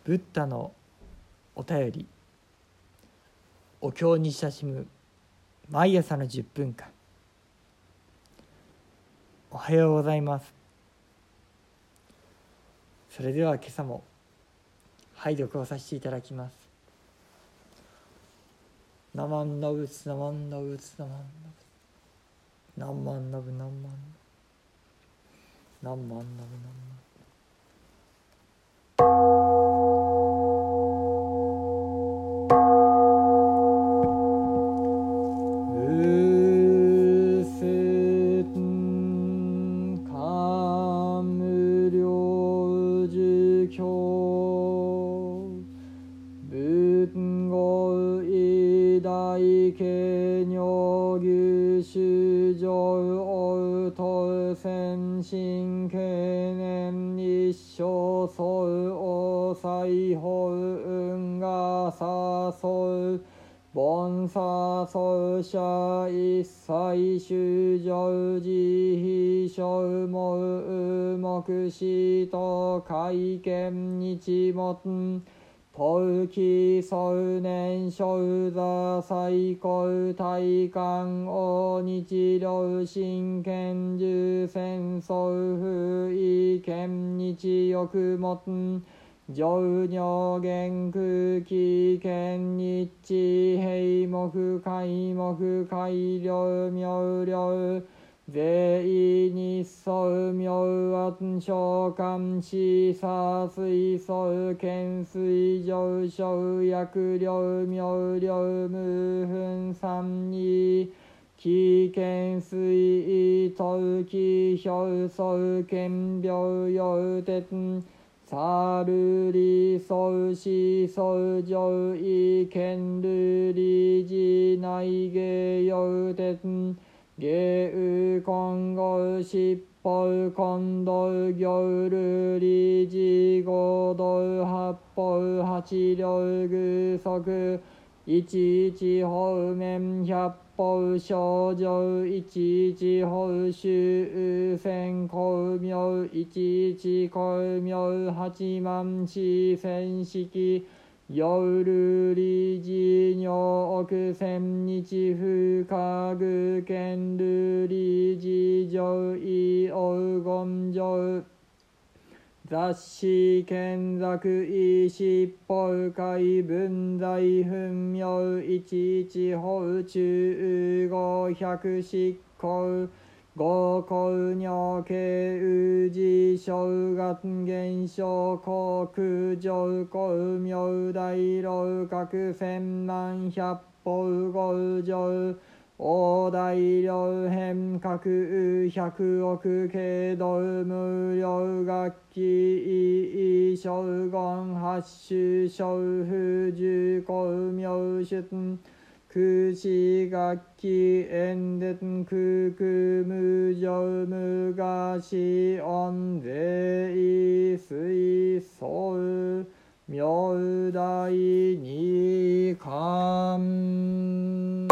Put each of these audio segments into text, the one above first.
ブッダのお便り、お経に親しむ毎朝の10分間。おはようございます。それでは今朝も拝読をさせていただきます。ナマンナブツナマンナブツナマンナブナンマンナブナンマンナンマンナブナンマン新経年一生相応裁法運がさそう凡さそう者一切修上自費小毛目視と会見日没冬季総年少座最高大観王日量真剣重戦争不意見日欲も上女元空気見日平目開目改良妙良税日相妙案召喚視差水素懸垂上昇薬量妙量無分三二気懸垂冬季表層見病陽鉄サルリソシソ上位見ルリジ内下陽鉄下雨今後七宝今度行る理事合同八宝八両具足一一方面百宝少女一一方修千光明一一光明八万四千式夜理事尿奥千日不可具見る理事上位黄金上雑誌見作意七宝会文在分明一一法中五百執行五公尿経宇治小月現象国上公明大老各千万百宝五上大大量変革百億経度無料楽器小言八種小不十公明出空詞楽器演説空空無常無我死音税水素妙大二冠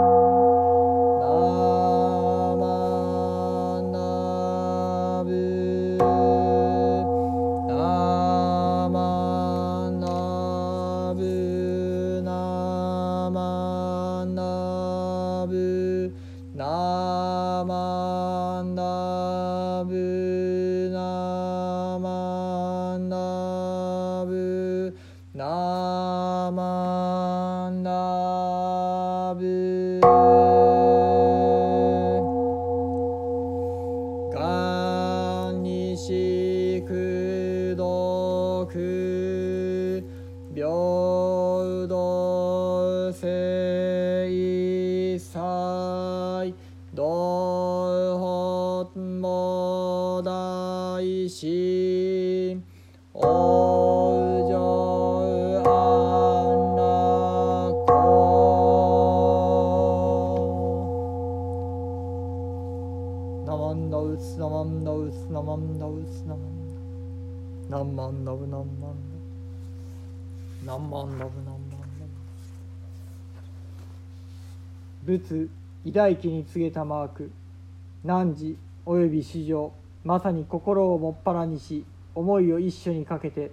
仏偉大家に告げたマーク、汝および衆生、まさに心をもっぱらにし、思いを一緒にかけて、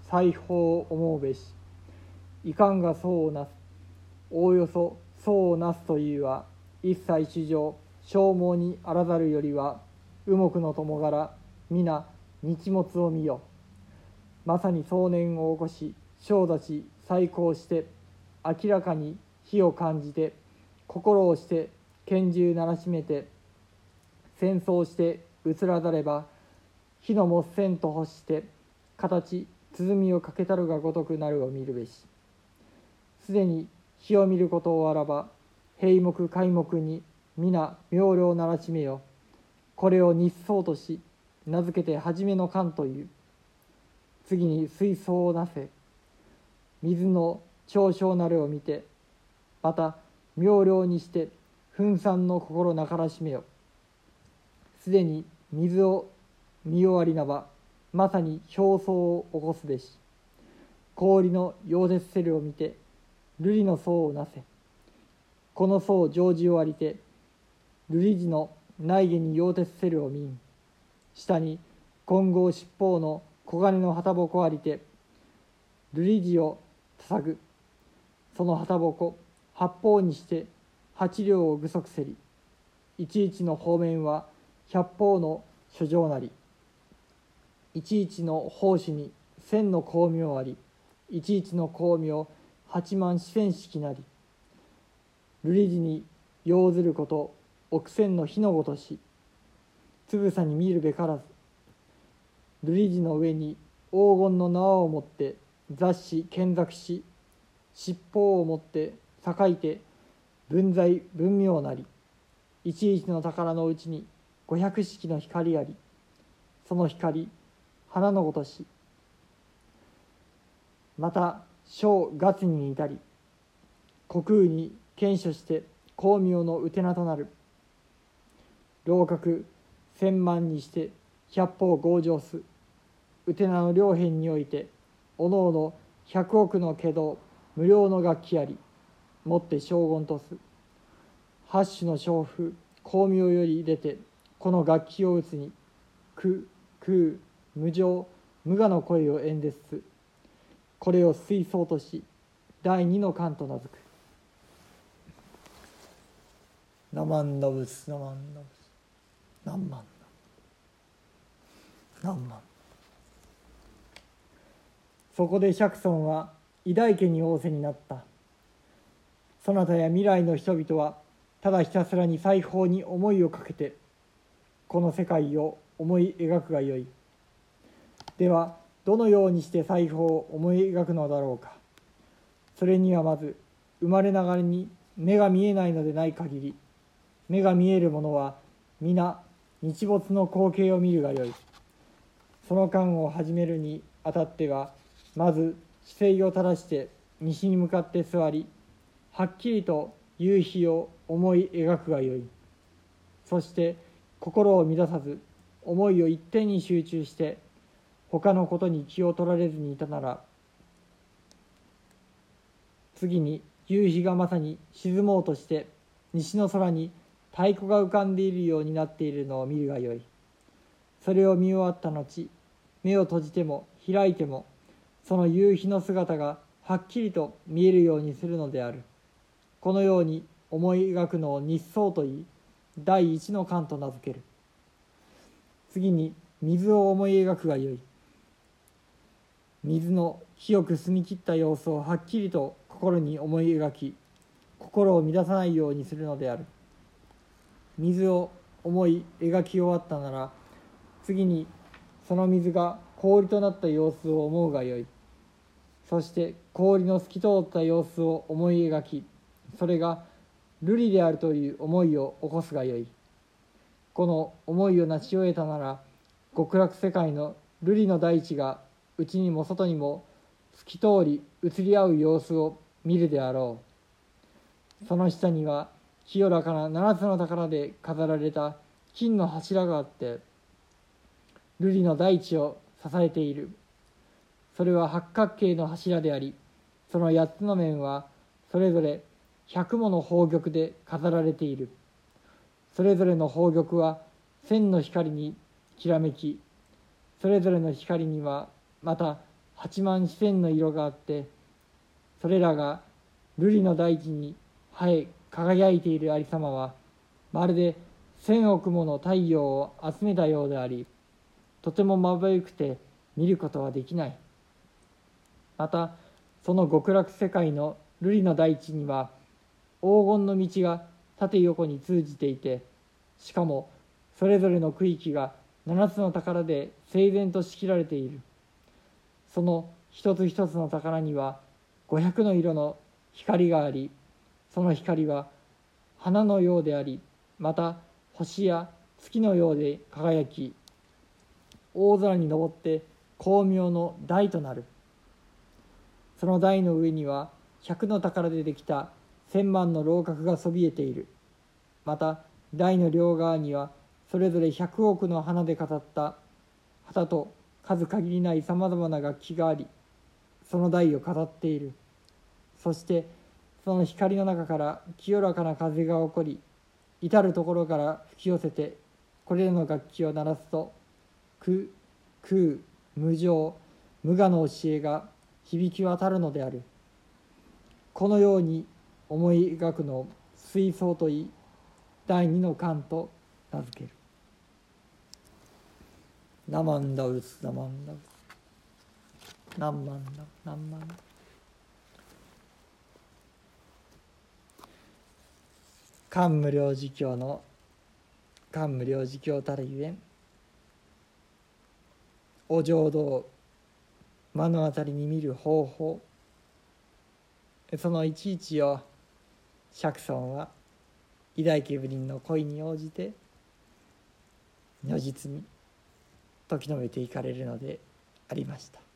裁縫を思うべし。いかんがそうをなす。おおよそそうをなすというは、一切主上消耗にあらざるよりは、右目の友柄、皆日没を見よ。まさに壮年を起こし、正立ち再興して、明らかに火を感じて、心をして拳銃鳴らしめて、戦争して移らざれば、火のもっせんと欲して、形、鼓をかけたるがごとくなるを見るべし。すでに火を見ることをあらば、閉目開目に皆妙量ならしめよ。これを日相とし、名付けて初めの観という。次に水槽をなせ。水の長小なるを見て、また妙量にして分散の心なからしめよ。すでに水を見終わりなば、まさに表層を起こすべし。氷の溶接せるを見て、瑠璃の層をなせ。この層を常時をありて、瑠璃地の内下に溶鉄せるを見ん。下に金剛七方の黄金の旗ぼこありて、瑠璃地をたさぐ。その旗ぼこ八方にして八両を具足せり。いちいちの方面は百方の書状なり。いちいちの方紙に千の光明あり。いちいちの光明八万四千式なり。瑠璃地に要ずること億千の火のごとし。つぶさに見るべからず。瑠璃地の上に黄金の縄を持って雑誌見作し、七宝を持って栄えて文在文明なり。いちいちの宝のうちに500式の光あり。その光花のごとし。また小月に至り、虚空に顕書して光明のうてなとなる。楼閣千万にして百方強情す。うてなの両辺において、おのおの100億の華道無料の楽器あり。もって将軍とす。八種の小風光明より出て、この楽器を打つに、空無常無我の声を演説す。これを水槽とし、第二の観と名付く。ナマンダブスナマンダブス何万何万。そこで釈尊は偉大家に仰せになった。そなたや未来の人々はただひたすらに裁縫に思いをかけて、この世界を思い描くがよい。ではどのようにして裁縫を思い描くのだろうか。それにはまず生まれながらに目が見えないのでない限り、目が見えるものは皆日没の光景を見るがよい。その間を始めるにあたっては、まず姿勢を正して西に向かって座り、はっきりと夕日を思い描くがよい。そして心を乱さず、思いを一点に集中して他のことに気を取られずにいたなら、次に夕日がまさに沈もうとして西の空に太鼓が浮かんでいるようになっているのを見るがよい。それを見終わった後、目を閉じても開いてもその夕日の姿がはっきりと見えるようにするのである。このように思い描くのを日相といい、第一の観と名付ける。次に水を思い描くがよい。水の清く澄み切った様子をはっきりと心に思い描き、心を乱さないようにするのである。水を思い描き終わったなら、次にその水が氷となった様子を思うがよい。そして氷の透き通った様子を思い描き、それが瑠璃であるという思いを起こすがよい。この思いを成し終えたなら、極楽世界の瑠璃の大地が内にも外にも透き通り移り合う様子を見るであろう。その下には清らかな七つの宝で飾られた金の柱があって、瑠璃の大地を支えている。それは八角形の柱であり、その八つの面はそれぞれ100もの宝玉で飾られている。それぞれの宝玉は千の光にきらめき、それぞれの光にはまた 8万四千の色があって、それらが瑠璃の大地に生え輝いているありさまは、まるで1000億もの太陽を集めたようであり、とてもまばゆくて見ることはできない。またその極楽世界の瑠璃の大地には黄金の道が縦横に通じていて、しかもそれぞれの区域が7つの宝で整然と仕切られている。その一つ一つの宝には500の色の光があり、その光は花のようであり、また星や月のようで輝き、大空に昇って光明の台となる。その台の上には100の宝でできた1000万の楼閣がそびえている。また台の両側にはそれぞれ100億の花で飾った旗と数限りないさまざまな楽器があり、その台を飾っている。そしてその光の中から清らかな風が起こり、至る所から吹き寄せてこれらの楽器を鳴らすと、空無常無我の教えが響き渡るのである。このように思い描くのを水槽といい、第二の観と名付ける。ナマンダウスナマンダウスナンマンダナンマンダ。観無量寿経の観無量寿経たるゆえん、お浄土目の当たりに見る方法、そのいちいちを釈尊は偉大家部人の恋に応じて如実に説き述べていかれるのでありました。